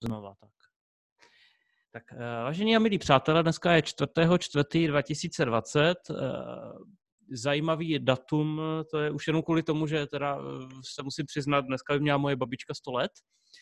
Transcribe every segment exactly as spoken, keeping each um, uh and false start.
znova tak. Tak vážení a milí přátelé, dneska je čtvrtého čtvrtého dva tisíce dvacet. Zajímavý datum, to je už jenom kvůli tomu, že teda se musím přiznat, dneska by měla moje babička sto let.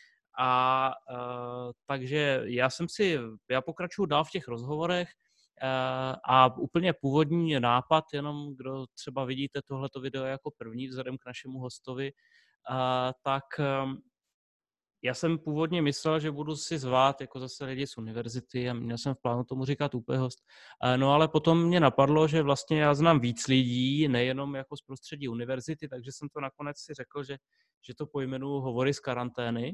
A uh, takže já jsem si, já pokračuju dál v těch rozhovorech uh, a úplně původní nápad, jenom kdo třeba vidíte tohleto video jako první vzhledem k našemu hostovi, uh, tak um, já jsem původně myslel, že budu si zvát jako zase lidi z univerzity a měl jsem v plánu tomu říkat úplně host. No ale potom mě napadlo, že vlastně já znám víc lidí, nejenom jako z prostředí univerzity, takže jsem to nakonec si řekl, že, že to pojmenuji hovory z karantény.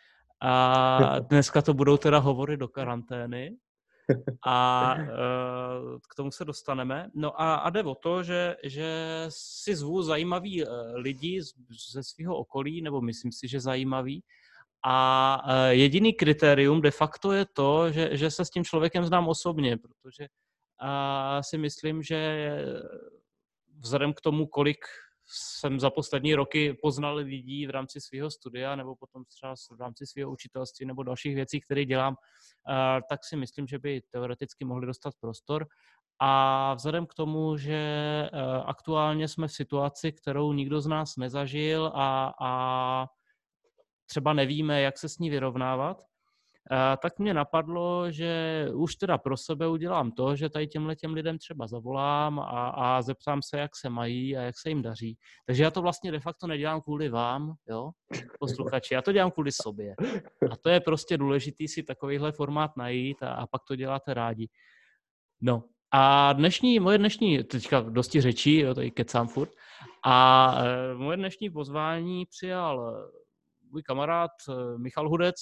A dneska to budou teda hovory do karantény. A uh, k tomu se dostaneme. No a, a jde o to, že, že si zvu zajímavý uh, lidi z, ze svého okolí, nebo myslím si, že zajímavý. A jediný kritérium de facto je to, že, že se s tím člověkem znám osobně, protože a si myslím, že vzhledem k tomu, kolik jsem za poslední roky poznal lidí v rámci svého studia nebo potom třeba v rámci svého učitelství nebo dalších věcí, které dělám, tak si myslím, že by teoreticky mohli dostat prostor. A vzhledem k tomu, že aktuálně jsme v situaci, kterou nikdo z nás nezažil a, a třeba nevíme, jak se s ní vyrovnávat, tak mě napadlo, že už teda pro sebe udělám to, že tady těmhle těm lidem třeba zavolám a, a zeptám se, jak se mají a jak se jim daří. Takže já to vlastně de facto nedělám kvůli vám, jo, posluchači, já to dělám kvůli sobě. A to je prostě důležitý si takovýhle formát najít a, a pak to děláte rádi. No a dnešní, moje dnešní, teďka dosti řečí, jo, tady kecám furt, a e, moje dnešní pozvání přijal můj kamarád Michal Hudec,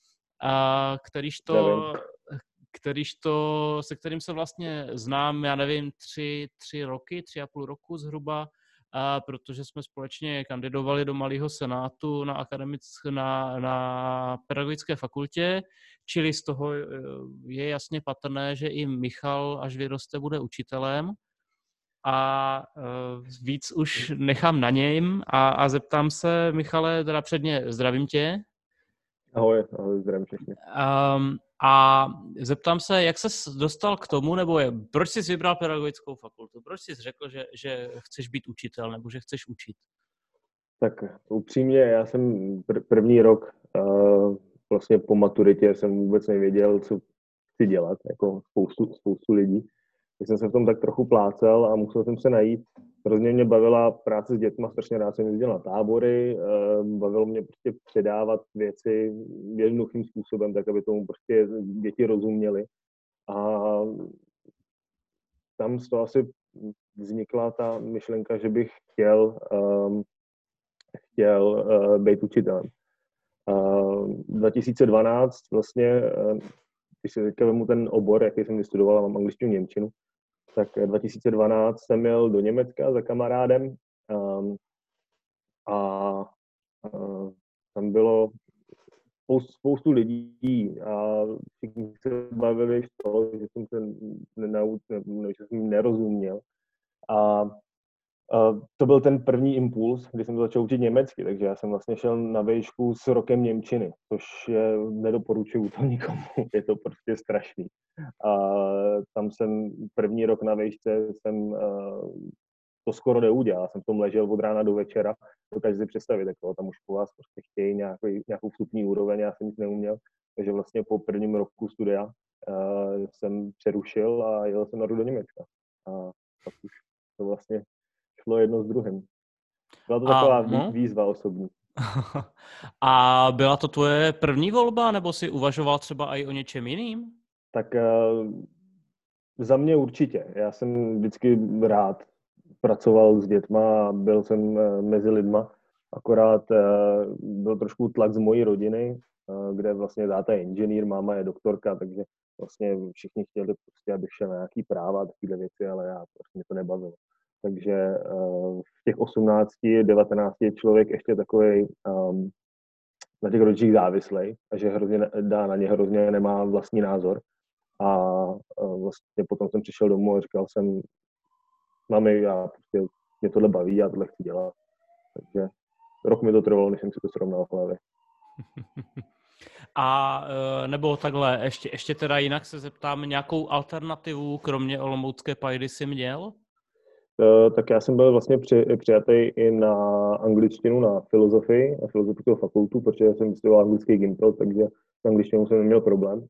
a kterýž to, kterýž to, se kterým se vlastně znám, já nevím, tři, tři roky, tři a půl roku zhruba, a protože jsme společně kandidovali do Malého senátu na, akademické, na, na pedagogické fakultě, čili z toho je jasně patrné, že i Michal, až vyroste, bude učitelem. A uh, víc už nechám na něm a, a zeptám se, Michale, teda předně zdravím tě. Ahoj, ahoj, zdravím všechny. Um, a zeptám se, jak ses dostal k tomu, nebo je, proč jsi vybral pedagogickou fakultu? Proč jsi řekl, že, že chceš být učitel, nebo že chceš učit? Tak upřímně, já jsem pr- první rok uh, vlastně po maturitě jsem vůbec nevěděl, co chci dělat, jako spoustu, spoustu lidí. Tak jsem se v tom tak trochu plácel a musel jsem se najít. Hrozně mě bavila práce s dětma, strašně rád jsem jezdil na tábory, uh, bavilo mě prostě předávat věci jednoduchým způsobem, tak aby tomu prostě děti rozuměly. A tam z toho asi vznikla ta myšlenka, že bych chtěl um, chtěl uh, být učitelem. Uh, dva tisíce dvanáct vlastně, uh, když si teďka vemu ten obor, jaký jsem vystudoval, mám angličtinu, němčinu, tak dva tisíce dvanáct jsem jel do Německa za kamarádem um, a uh, tam bylo spoustu, spoustu lidí a všichni se bavili v toho, že jsem se nenaučil, že jsem nerozuměl. A Uh, to byl ten první impuls, kdy jsem začal učit německy, takže já jsem vlastně šel na výšku s rokem němčiny, což je, nedoporučuju to nikomu, je to prostě strašný. A tam jsem první rok na výšce jsem uh, to skoro neudělal, jsem v tom ležel od rána do večera, dokážu si představit, jako, tam už po vás prostě chtějí nějaký, nějakou vstupní úroveň, já jsem nic neuměl, takže vlastně po prvním roku studia uh, jsem přerušil a jel jsem na do Německa. A pak už to vlastně šlo jedno s druhým. Byla to taková a, výzva osobní. A byla to tvoje první volba, nebo jsi uvažoval třeba i o něčem jiným? Tak uh, za mě určitě. Já jsem vždycky rád pracoval s dětma a byl jsem uh, mezi lidma. Akorát uh, byl trošku tlak z mojí rodiny, uh, kde vlastně táta je inženýr, máma je doktorka, takže vlastně všichni chtěli, prostě, abych šel na nějaký práva a takové věci, ale já prostě mě to nebavilo. Takže uh, v těch osmnácti, devatenácti je člověk ještě takový um, na těch rodičích závislej a že hrozně dá na ně hrozně nemá vlastní názor. A uh, vlastně potom jsem přišel domů a říkal jsem, mami, já prostě mě tohle baví, já tohle chci dělat. Takže rok mi to trvalo, než jsem si to srovnal v hlavě. A nebo takhle, ještě, ještě teda jinak se zeptám, nějakou alternativu, kromě olomoucké pajdy jsi měl? Tak já jsem byl vlastně při, přijatý i na angličtinu, na filozofii, na filozofickou fakultu, protože jsem studoval anglický Gimpel, takže s angličtinou jsem neměl problém.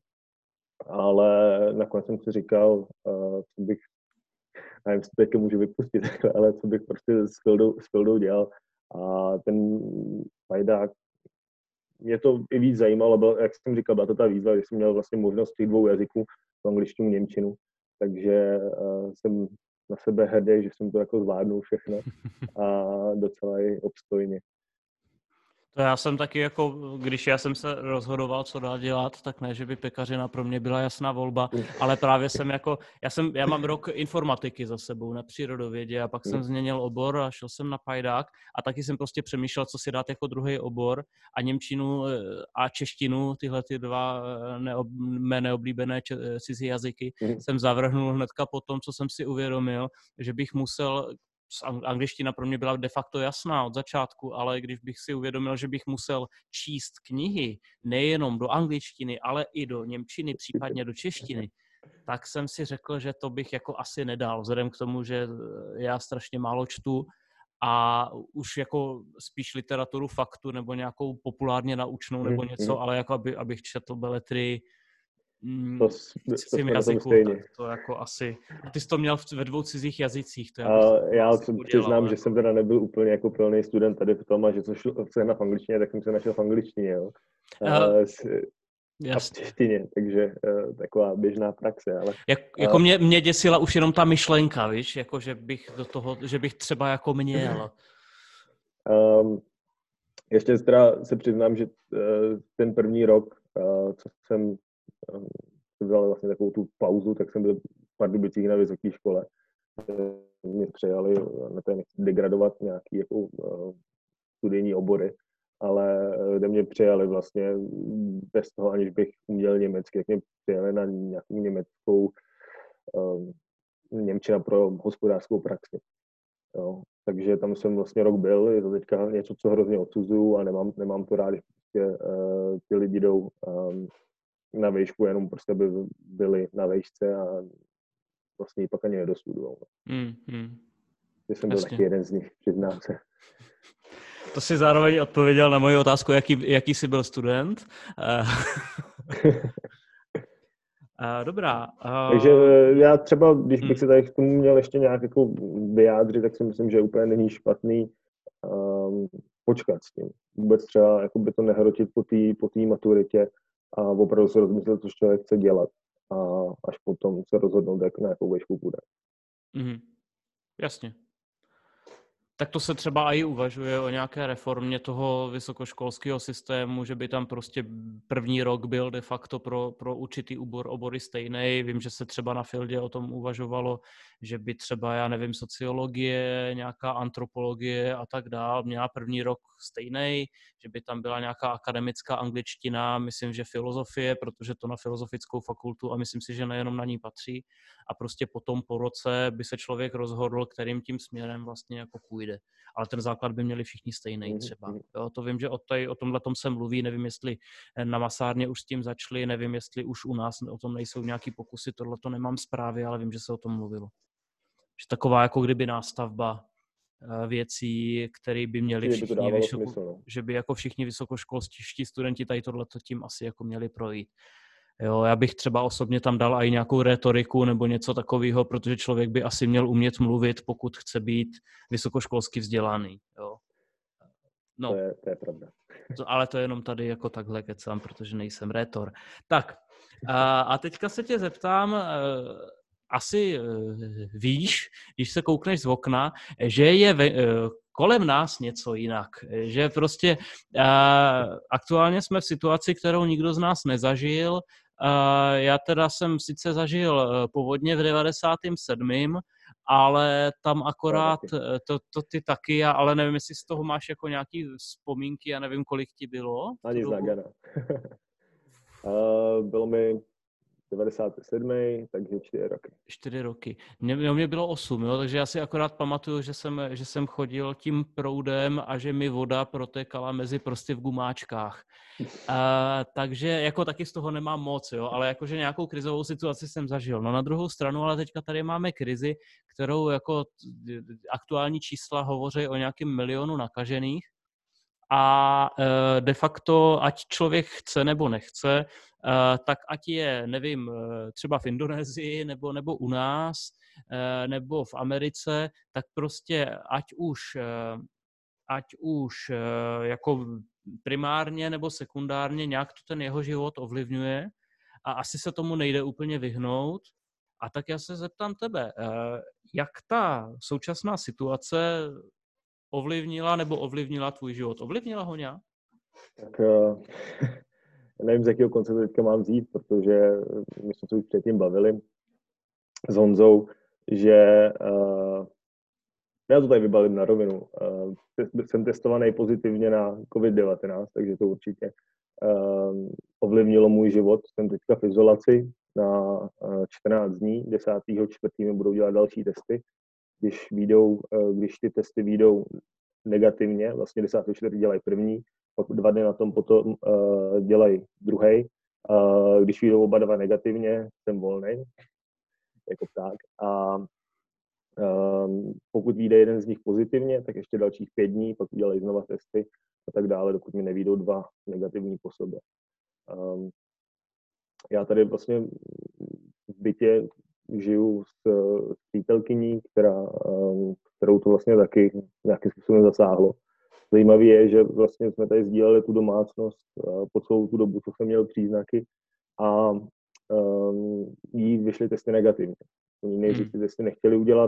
Ale nakonec jsem si říkal, co bych, nevím, jestli to taky můžu vypustit, ale co bych prostě s Fildou, s Fildou dělal. A ten pajdák, mě to i víc zajímalo, byl, jak jsem říkal, byla to ta výzva, že jsem měl vlastně možnost těch dvou jazyků, angličtinu, němčinu, takže uh, jsem na sebe hrdý, že jsem to jako zvládnul všechno a docela i obstojně. To já jsem taky jako, když já jsem se rozhodoval, co dál dělat, tak ne, že by pekařina pro mě byla jasná volba, ale právě jsem jako, já jsem, já mám rok informatiky za sebou na přírodovědě a pak jsem změnil obor a šel jsem na pajdák a taky jsem prostě přemýšlel, co si dát jako druhý obor a němčinu a češtinu, tyhle ty dva neob, mé neoblíbené če, cizí jazyky, mm. jsem zavrhnul hnedka po tom, co jsem si uvědomil, že bych musel, angličtina pro mě byla de facto jasná od začátku, ale když bych si uvědomil, že bych musel číst knihy nejenom do angličtiny, ale i do němčiny, případně do češtiny, tak jsem si řekl, že to bych jako asi nedal, vzhledem k tomu, že já strašně málo čtu a už jako spíš literaturu faktu nebo nějakou populárně naučnou nebo něco, ale jako aby, abych četl beletry To, v cizím jazyku, tak to jako asi... A ty jsi to měl ve dvou cizích jazycích, to já bych uh, Já přiznám, že jsem teda nebyl úplně jako plný student tady v tom a že co šlo na v angličtině, tak jsem se našel v angličtině, jo. Uh, s, a v češtině, takže uh, taková běžná praxe, ale... Jak, jako uh, mě, mě děsila už jenom ta myšlenka, víš, jako že bych do toho, že bych třeba jako měl. Um, ještě teda se přiznám, že uh, ten první rok, uh, co jsem vzal vlastně takovou tu pauzu, tak jsem byl v Pardubicích na vysoké škole. Mě přejali, nechci degradovat nějaký jako uh, studijní obory, ale kde mě přijali vlastně bez toho, aniž bych uměl německy, jak mě přijali na nějakou německou uh, němčina pro hospodářskou praxi. Jo. Takže tam jsem vlastně rok byl, je to teďka něco, co hrozně odsuzuju a nemám, nemám to rád, že prostě, uh, ty lidi jdou um, na výšku, jenom prostě aby byli na výšce a vlastně ji pak ani nedostudujou. Mm, mm. Já jsem byl Jasně. taky jeden z nich, přiznám se. To si zároveň odpověděl na moji otázku, jaký, jaký jsi byl student. Dobrá. Takže já třeba, když bych se tady k tomu měl ještě nějak jako vyjádřit, tak si myslím, že úplně není špatný um, počkat s tím. Vůbec třeba jako by to nehrotit po té po té maturitě a opravdu se rozmyslet, co člověk chce dělat a až potom se rozhodnout, jak na jakou výšku půjde. Mm-hmm. Jasně. Tak to se třeba i uvažuje o nějaké reformě toho vysokoškolského systému, že by tam prostě první rok byl de facto pro, pro určitý obor, obory stejný. Vím, že se třeba na Fildě o tom uvažovalo, že by třeba, já nevím, sociologie, nějaká antropologie a tak dál měla první rok stejný, že by tam byla nějaká akademická angličtina, myslím, že filozofie, protože to na filozofickou fakultu a myslím si, že nejenom na ní patří. A prostě potom po roce by se člověk rozhodl, kterým tím směrem vlastně jako půjde. Ale ten základ by měli všichni stejný třeba. Jo, to vím, že o, tej, o tomhletom se mluví, nevím, jestli na masárně už s tím začali, nevím, jestli už u nás o tom nejsou nějaký pokusy, tohleto nemám zprávy, ale vím, že se o tom mluvilo. Že taková jako kdyby nástavba věcí, které by měli všichni, by vysoko, smysl, no. Že by jako všichni vysokoškolští studenti tady tohleto tím asi jako měli projít. Jo, já bych třeba osobně tam dal i nějakou rétoriku nebo něco takového, protože člověk by asi měl umět mluvit, pokud chce být vysokoškolsky vzdělaný. Jo. No, to, je, to je pravda. To, ale to je jenom tady jako takhle kecám, protože nejsem rétor. Tak, a, a teďka se tě zeptám, asi víš, když se koukneš z okna, že je ve, kolem nás něco jinak. Že prostě uh, aktuálně jsme v situaci, kterou nikdo z nás nezažil. Uh, já teda jsem sice zažil povodně v devadesátém sedmém ale tam akorát, to, to ty taky, já, ale nevím, jestli z toho máš jako nějaký vzpomínky, já nevím, kolik ti bylo. Ani zagana. uh, bylo mi devadesát sedm, takže čtyři roky. Čtyři roky. Mě, no, mě bylo osm, jo, takže já si akorát pamatuju, že jsem, že jsem chodil tím proudem a že mi voda protékala mezi prsty v gumáčkách. A, takže jako taky z toho nemám moc, jo, ale jakože nějakou krizovou situaci jsem zažil. No na druhou stranu, ale teďka tady máme krizi, kterou jako aktuální čísla hovoří o nějakém milionu nakažených. A de facto, ať člověk chce nebo nechce, tak ať je, nevím, třeba v Indonésii nebo, nebo u nás, nebo v Americe, tak prostě ať už, ať už jako primárně nebo sekundárně nějak to ten jeho život ovlivňuje a asi se tomu nejde úplně vyhnout. A tak já se zeptám tebe, jak ta současná situace ovlivnila nebo ovlivnila tvůj život? Ovlivnila ho nějak? Tak uh, nevím, z jakého konce to teďka mám vzít, protože my jsme se už předtím bavili s Honzou, že uh, já to tady vybalím na rovinu. Uh, jsem testovaný pozitivně na covid devatenáct, takže to určitě uh, ovlivnilo můj život. Jsem teďka v izolaci na uh, čtrnáct dní, desátého čtvrtého mi budou dělat další testy. Když, výjdou, uh, když ty testy výjdou negativně, vlastně desátého čtvrtého dělají první, pak dva dny na tom potom uh, dělají druhý. Uh, když vyjdou oba dva negativně, jsem volný, jako pták. A um, pokud vyjde jeden z nich pozitivně, tak ještě dalších pět dní, pak udělají znova testy a tak dále, dokud mi nevyjdou dva negativní po sobě. Um, já tady vlastně v bytě žiju s, s přítelkyní, která, um, kterou to vlastně taky nějakým způsobem zasáhlo. Zajímavé je, že vlastně jsme tady sdíleli tu domácnost uh, po celou tu dobu, co jsem měl příznaky a um, jí vyšly testy negativní. Oni nejdřív ty testy nechtěli udělat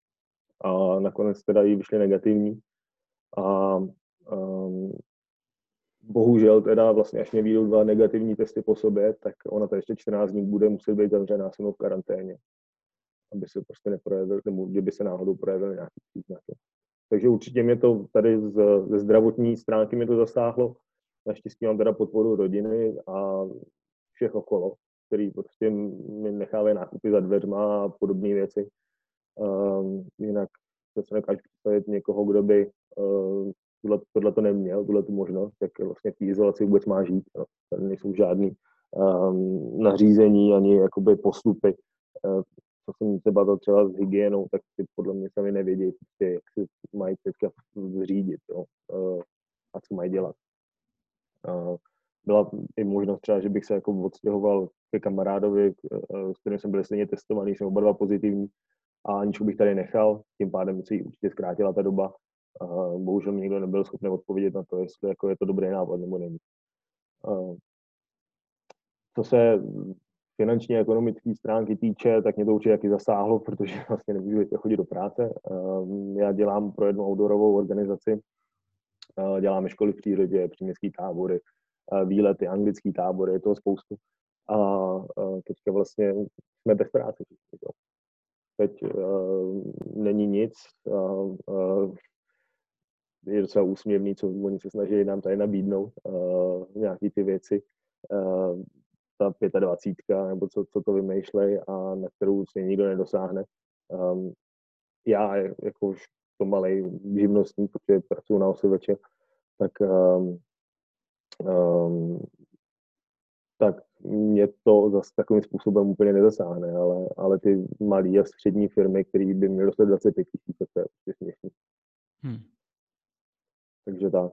a nakonec teda jí vyšly negativní. A um, bohužel teda vlastně, až mě vyjdou dva negativní testy po sobě, tak ona to ještě čtrnáct dní bude muset být zavřená se mnou v karanténě, aby se prostě neprojevil, nebo kdyby se náhodou projevil nějaký příznaky. Takže určitě mě to tady z, ze zdravotní stránky mě to zasáhlo. Naštěstí mám teda podporu rodiny a všech okolo, který prostě mi nechávají nákupy za dveřma a podobné věci. Um, jinak se nekážu představit někoho, kdo by uh, tohle, tohle to neměl, tuhle tu možnost, tak vlastně v té izolaci vůbec má žít. No. Tady nejsou žádný um, nařízení ani jakoby postupy. Uh, co jsem se bavil třeba s hygienou, tak ty podle mě sami nevědí, prostě, jak si mají teďka řídit, jo, uh, a co mají dělat. Uh, byla i možnost třeba, že bych se jako odstěhoval ke kamarádovi, uh, s kterým jsem byl stejně testovaný, jsem oba dva pozitivní, a Aničku bych tady nechal, tím pádem se jí určitě zkrátila ta doba. Uh, bohužel mi nikdo nebyl schopný odpovědět na to, jestli jako je to dobrý nápad nebo není. Uh, co se finanční a ekonomické stránky týče, tak mě to určitě taky zasáhlo, protože vlastně nemůžu chodit do práce. Uh, já dělám pro jednu outdoorovou organizaci, uh, děláme školy v přírodě, příměstské tábory, uh, výlety, anglické tábory, je toho spoustu. A uh, teďka vlastně jsme bez práce. Teď uh, není nic. Uh, uh, je docela úsměvný, co oni se snaží nám tady nabídnout, uh, nějaký ty věci. Uh, ta dvacítka pět, nebo co, co to vymýšlej a na kterou se nikdo nedosáhne. Um, já, jako už to malej živnostník, protože pracuji na osvědče, tak um, um, tak mě to zase takovým způsobem úplně nezasáhne, ale, ale ty malé a střední firmy, které by měly dostat dvacet pět tisíc, to je prostě směšný. Hmm. Takže tak.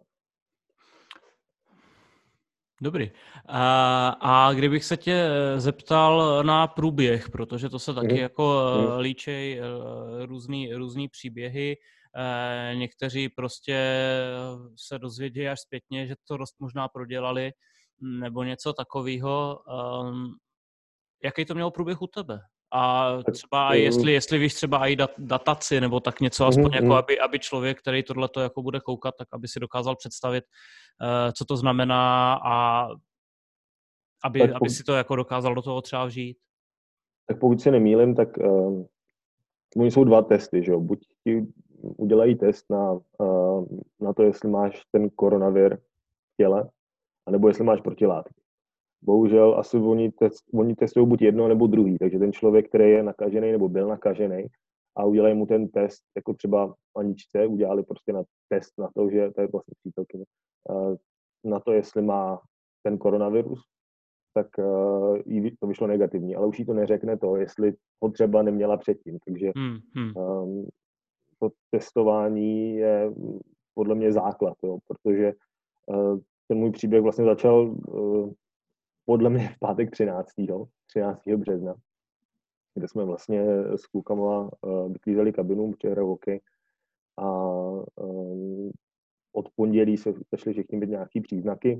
Dobrý. A, a kdybych se tě zeptal na průběh, protože to se taky mm. jako mm. líčej různý, různý příběhy. Někteří prostě se dozvědí až zpětně, že to dost možná prodělali, nebo něco takového. Jaký to mělo průběh u tebe? A třeba jestli, jestli víš třeba i dat, dataci, nebo tak něco, aspoň mm-hmm. jako aby, aby člověk, který tohleto jako bude koukat, tak aby si dokázal představit, uh, co to znamená a aby, tak aby pokud, si to jako dokázal do toho třeba vžít. Tak pokud se nemýlim, tak uh, oni jsou dva testy, že jo? Buď ti udělají test na, uh, na to, jestli máš ten koronavir v těle, anebo jestli máš protilátky. bohužel asi oni, test, oni testují buď jedno nebo druhý, takže ten člověk, který je nakažený nebo byl nakažený a udělají mu ten test, jako třeba Aničce, udělali prostě na test na to, že to je vlastně přítelkyně, na to, jestli má ten koronavirus, tak jí to vyšlo negativní, ale už jí to neřekne to, jestli ho třeba neměla předtím, takže hmm, hmm. Um, to testování je podle mě základ, jo, protože uh, ten můj příběh vlastně začal uh, podle mě v pátek třináctého března, kde jsme vlastně s klukama uh, vyklízeli kabinu, protože hraju hokej a um, od pondělí se začaly všichni být nějaký příznaky.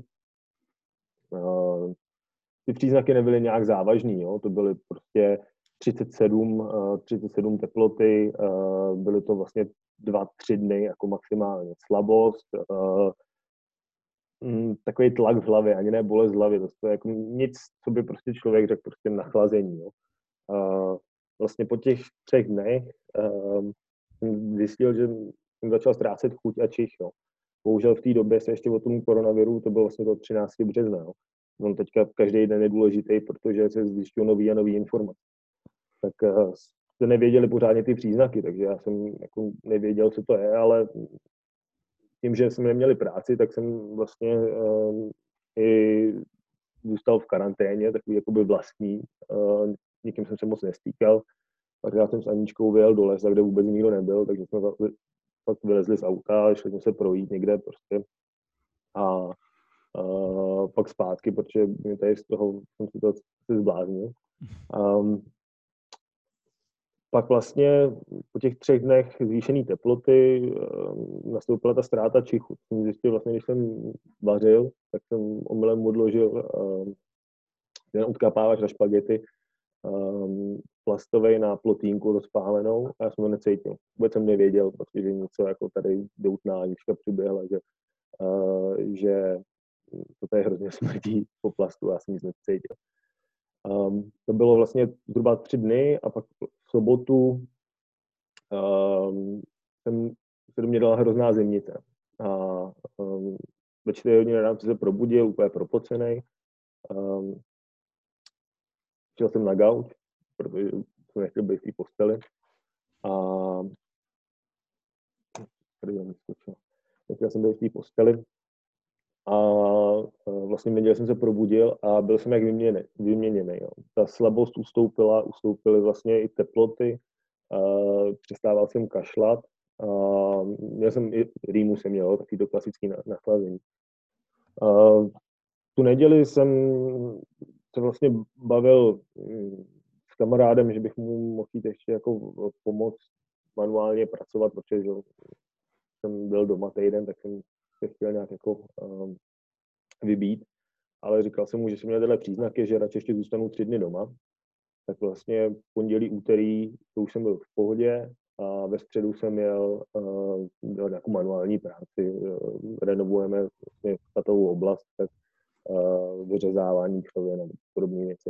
Uh, ty příznaky nebyly nějak závažný, jo? To byly prostě třicet sedm, uh, třicet sedm teploty, uh, byly to vlastně dva, tři dny jako maximálně slabost, uh, mm, takový tlak v hlavě, ani ne bolest v hlavě, to je jako nic, co by prostě člověk řekl prostě nachlazení. Jo? Uh, vlastně po těch třech dnech uh, jsem zjistil, že jsem začal ztrácet chuť a čich. Jo? Bohužel v té době se ještě o tom koronaviru, to bylo vlastně do třináctého března. Jo? On teďka každý den je důležitý, protože se zjišťují nový a nový informace. Tak uh, jste nevěděli pořádně ty příznaky, takže já jsem jako nevěděl, co to je, ale tím, že jsme neměli práci, tak jsem vlastně uh, i zůstal v karanténě, takový jakoby vlastní. Uh, nikým jsem se moc nestýkal. Pak já jsem s Aničkou vyjel do lesa, kde vůbec nikdo nebyl, takže jsme pak vylezli z auta, šli jsme se projít někde prostě. A Uh, pak zpátky, protože mě tady z toho jsem si to zbláznil. Um, pak vlastně po těch třech dnech zvýšené teploty um, nastoupila ta ztráta čichu. Jsem zjistil vlastně, když jsem vařil, tak jsem omylem odložil um, ten odkapávač na špagety um, plastovej na plotínku rozpálenou a já jsem to necítil. Vůbec jsem nevěděl, protože něco jako tady doutná Anička přiběhla, že, uh, že to tady hrozně smrdí po plastu, já jsem nic necítil. Um, to bylo vlastně zhruba tři dny a pak v sobotu um, jsem se do mě dala hrozná zimnice. A um, ve čtyři hodiny ráno se probudil, úplně propocený. Um, šel jsem na gauč, protože jsem nechtěl být v té posteli. A nechtěl jsem být v té posteli. A vlastně neděli jsem se probudil a byl jsem jak vyměněný. vyměněný jo. Ta slabost ustoupila, ustoupily vlastně i teploty, uh, přestával jsem kašlat, uh, měl jsem i rýmu, jsem měl takový to klasický nachlazení. Uh, tu neděli jsem se vlastně bavil s kamarádem, že bych mu mohl jít ještě jako pomoct manuálně pracovat, protože jsem byl doma týden, tak jsem se chtěl nějak jako um, vybít, ale říkal jsem mu, že jsem měl tyhle příznaky, že radši ještě zůstanu tři dny doma. Tak vlastně pondělí, úterý, to už jsem byl v pohodě a ve středu jsem jel uh, dělat nějakou manuální práci. Uh, renovujeme vlastně statovou oblast, tak uh, vyřezávání křoven a podobné věci.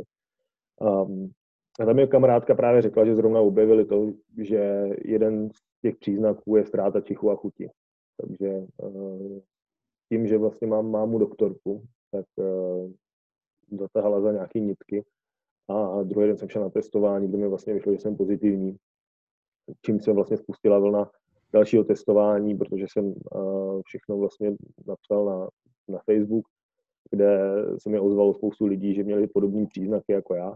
Um, a tam je kamarádka právě řekla, že zrovna objevili to, že jeden z těch příznaků je ztráta čichu a chuti. Takže uh, tím, že vlastně mám mámu doktorku, tak uh, zatahala za nějaký nitky a druhý den jsem šel na testování, kde mi vlastně vyšlo, že jsem pozitivní. Čím se vlastně spustila vlna dalšího testování, protože jsem uh, všechno vlastně napsal na, na Facebook, kde se mi ozvalo spoustu lidí, že měli podobné příznaky jako já.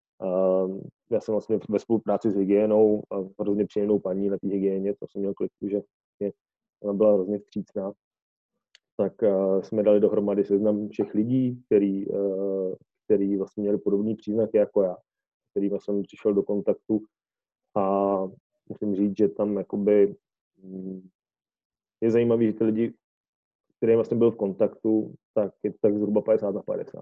Uh, já jsem vlastně ve spolupráci s hygienou a hrozně příjemnou paní na té hygieně, to jsem měl kliku, že mě, ona byla hrozně vstřícná. Tak uh, jsme dali dohromady seznam všech lidí, který, uh, který vlastně měli podobné příznaky jako já, kterým jsem přišel do kontaktu a musím říct, že tam jakoby um, je zajímavý, že ty lidi, kterým vlastně byl v kontaktu, tak je to tak zhruba padesát na padesát.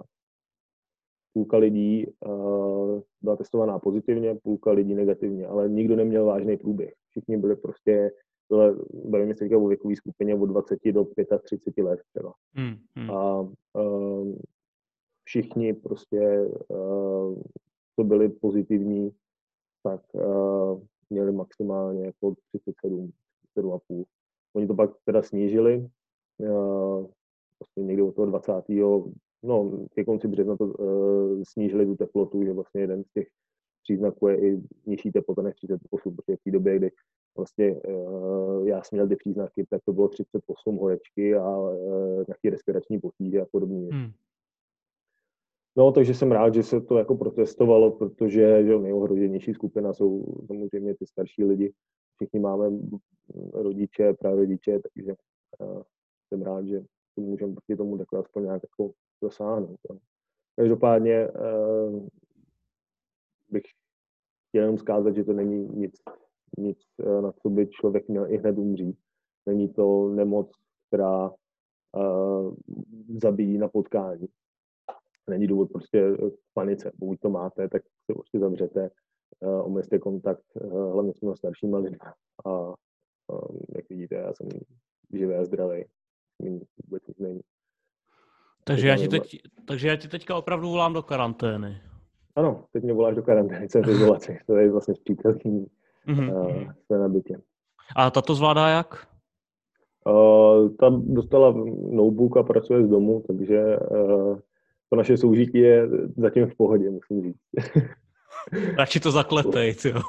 Půlka lidí uh, byla testovaná pozitivně, půlka lidí negativně, ale nikdo neměl vážný průběh. Všichni byli prostě bavíme se teďka o věkové skupině od dvacet do třicet pět let třeba. Hmm, hmm. A uh, všichni prostě, uh, co byli pozitivní, tak uh, měli maximálně jako třicet sedm, třicet sedm a půl. Oni to pak teda snížili, uh, vlastně někde od toho dvacátého no, ke konci března to uh, snížili tu teplotu, že vlastně jeden z těch příznaků je i nižší teplota než třicet osm, protože v té době, kdy vlastně uh, já jsem měl ty příznaky, tak to bylo třicet osm horečky a uh, nějaké respirační potíže a podobně. Hmm. No, takže jsem rád, že se to jako protestovalo, protože že nejohroženější skupina jsou samozřejmě ty starší lidi. Všichni máme rodiče, prarodiče, takže uh, jsem rád, že můžeme proti tomu takhle aspoň nějak jako dosáhnout. No. Každopádně uh, bych chtěl jenom zkázat, že to není nic, nic, na co by člověk měl i hned umřít. Není to nemoc, která uh, zabíjí na potkání. Není důvod prostě v panice. Pokud to máte, tak se prostě zavřete, uh, omezte kontakt, uh, hlavně s těmi staršíma lidmi. A uh, jak vidíte, já jsem živý a zdravý. Vůbec nic není. Takže já, ti teď, takže já ti teďka opravdu volám do karantény. Ano, teď mě voláš do karantény, jsem v izolaci. To je vlastně s přítelkyní mm-hmm. uh, své na bytě. A ta to zvládá jak? Uh, tam dostala notebook a pracuje z domu, takže uh, to naše soužití je zatím v pohodě, musím říct. Radši to zaklepej, jo.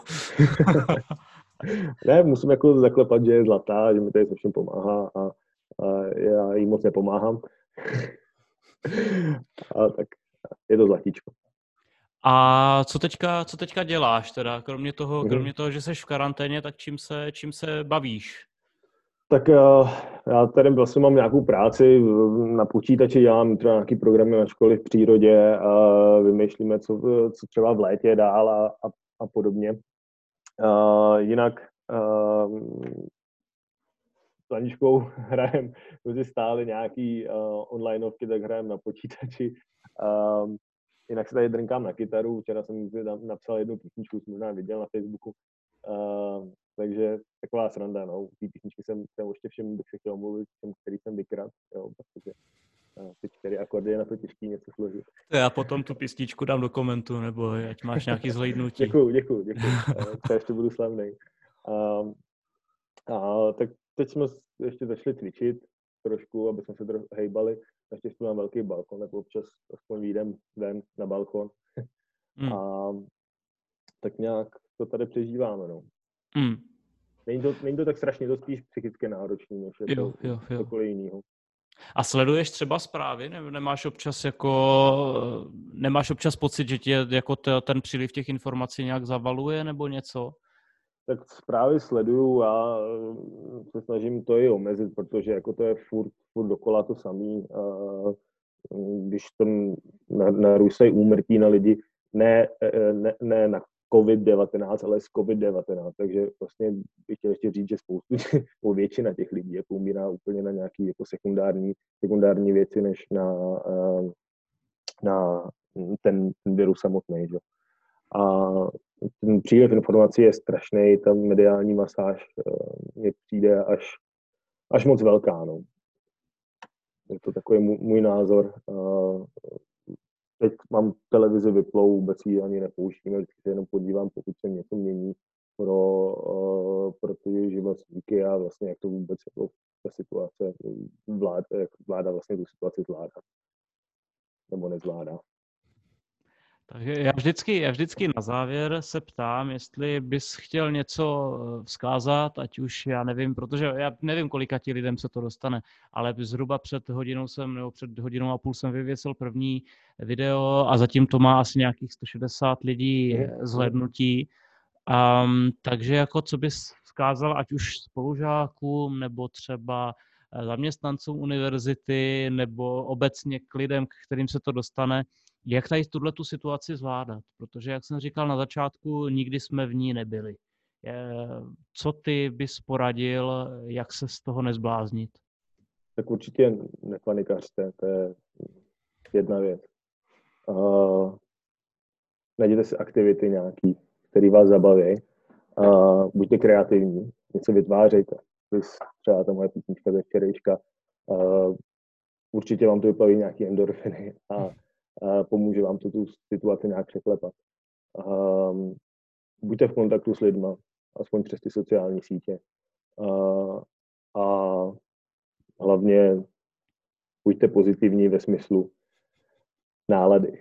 Ne, musím jako zaklepat, že je zlatá, že mi tady se všem pomáhá a, a já jí moc nepomáhám. A tak je to zlatíčko. A co teďka, co teďka děláš teda? Kromě toho, mm-hmm. kromě toho, že jsi v karanténě, tak čím se, čím se bavíš? Tak uh, já tady vlastně mám nějakou práci, na počítači dělám třeba nějaký programy na školy v přírodě, a vymýšlíme, co, co třeba v létě dál a, a, a podobně. Uh, jinak uh, s Aničkou hrajem, jsme si stáli nějaký uh, onlineovky, tak hrajem na počítači. Uh, jinak se tady drnkám na kytaru, včera jsem napsal jednu písničku, jsem možná viděl na Facebooku. Uh, takže taková sranda, no. Té písničky jsem, jsem ještě všem bych se chtěl omluvit, všem, který jsem vykrát, jo, protože uh, ty čtyři akordy je na to těžký něco složit. Já potom tu písničku dám do komentu, nebo ať máš nějaký zhlédnutí. Děkuju, děkuju, děkuju. Uh, to ještě budu slavnej. Uh, a tak teď jsme ještě začali cvičit trošku, aby jsme se trochu hejbali. Naštěstí mám velký balkon, tak občas aspoň vyjdem ven na balkon. Mm. A tak nějak to tady přežíváme, no. Mm. Není to, není to tak strašně, to spíš psychicky náročný, než je jo, to jo, jo. cokoliv jiného. A sleduješ třeba zprávy? Ne, nemáš občas jako, nemáš občas pocit, že tě jako t, ten příliv těch informací nějak zavaluje nebo něco? Tak zprávy sleduju a se snažím to i omezit, protože jako to je furt, furt dokola to samý. Když tam narůstají úmrtí na lidi, ne, ne, ne na covid devatenáct, ale z covid devatenáct. Takže vlastně bych chtěl ještě říct, že spoustu, většina těch lidí jako umírá úplně na nějaké jako sekundární, sekundární věci, než na, na ten, ten virus samotný. Že? A ten příliv informací je strašný, ta mediální masáž mě přijde až, až moc velká. No. Je to takový můj, můj názor. Teď mám televizi vyplou, vůbec ji ani nepouštím, vždycky se jenom podívám, pokud se něco mění pro, pro ty živnostníky a vlastně jak to vůbec jako ta situace vláda, jak vláda vlastně tu situaci zvládá nebo nezvládá. Takže já vždycky, já vždycky na závěr se ptám, jestli bys chtěl něco vzkázat, ať už já nevím, protože já nevím, kolika ti lidem se to dostane, ale zhruba před hodinou jsem, nebo před hodinou a půl jsem vyvěsil první video a zatím to má asi nějakých sto šedesát lidí zhlédnutí. Um, takže jako co bys vzkázal, ať už spolužákům, nebo třeba zaměstnancům univerzity, nebo obecně k lidem, k kterým se to dostane, jak tady tuhletu situaci zvládat? Protože, jak jsem říkal na začátku, nikdy jsme v ní nebyli. Co ty bys poradil, jak se z toho nezbláznit? Tak určitě nepanikařte, to je jedna věc. Uh, najděte si aktivity nějaký, které vás zabaví. Uh, buďte kreativní, něco vytvářejte. Třeba ta moje písnička ze včerejška. Uh, určitě vám to vyplaví nějaký endorfiny a a pomůže vám to tu situaci nějak překlepat. Um, buďte v kontaktu s lidma, aspoň přes ty sociální sítě. Uh, a hlavně buďte pozitivní ve smyslu, nálady.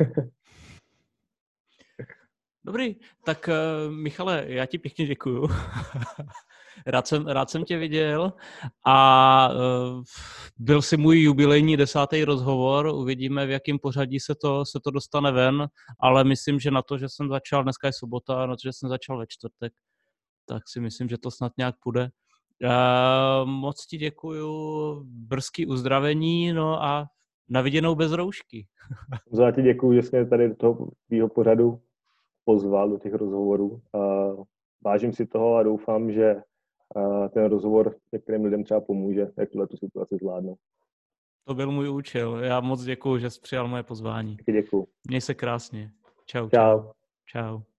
Dobrý, tak Michale, já ti pěkně děkuju. rád, jsem, rád jsem tě viděl a byl si můj jubilejní desátý rozhovor. Uvidíme, v jakém pořadí se to, se to dostane ven, ale myslím, že na to, že jsem začal, dneska je sobota, na to, že jsem začal ve čtvrtek, tak si myslím, že to snad nějak půjde. Uh, moc ti děkuju, brzký uzdravení, no a na viděnou bez roušky. Já ti děkuju, že jsi mě tady do toho tvýho pořadu pozval, do těch rozhovorů. Uh, vážím si toho a doufám, že uh, ten rozhovor některým lidem třeba pomůže, jak tuhle tu situaci zvládnout. To byl můj účel. Já moc děkuju, že jsi přijal moje pozvání. Taky děkuju. Měj se krásně. Čau, Čau. čau. Čau.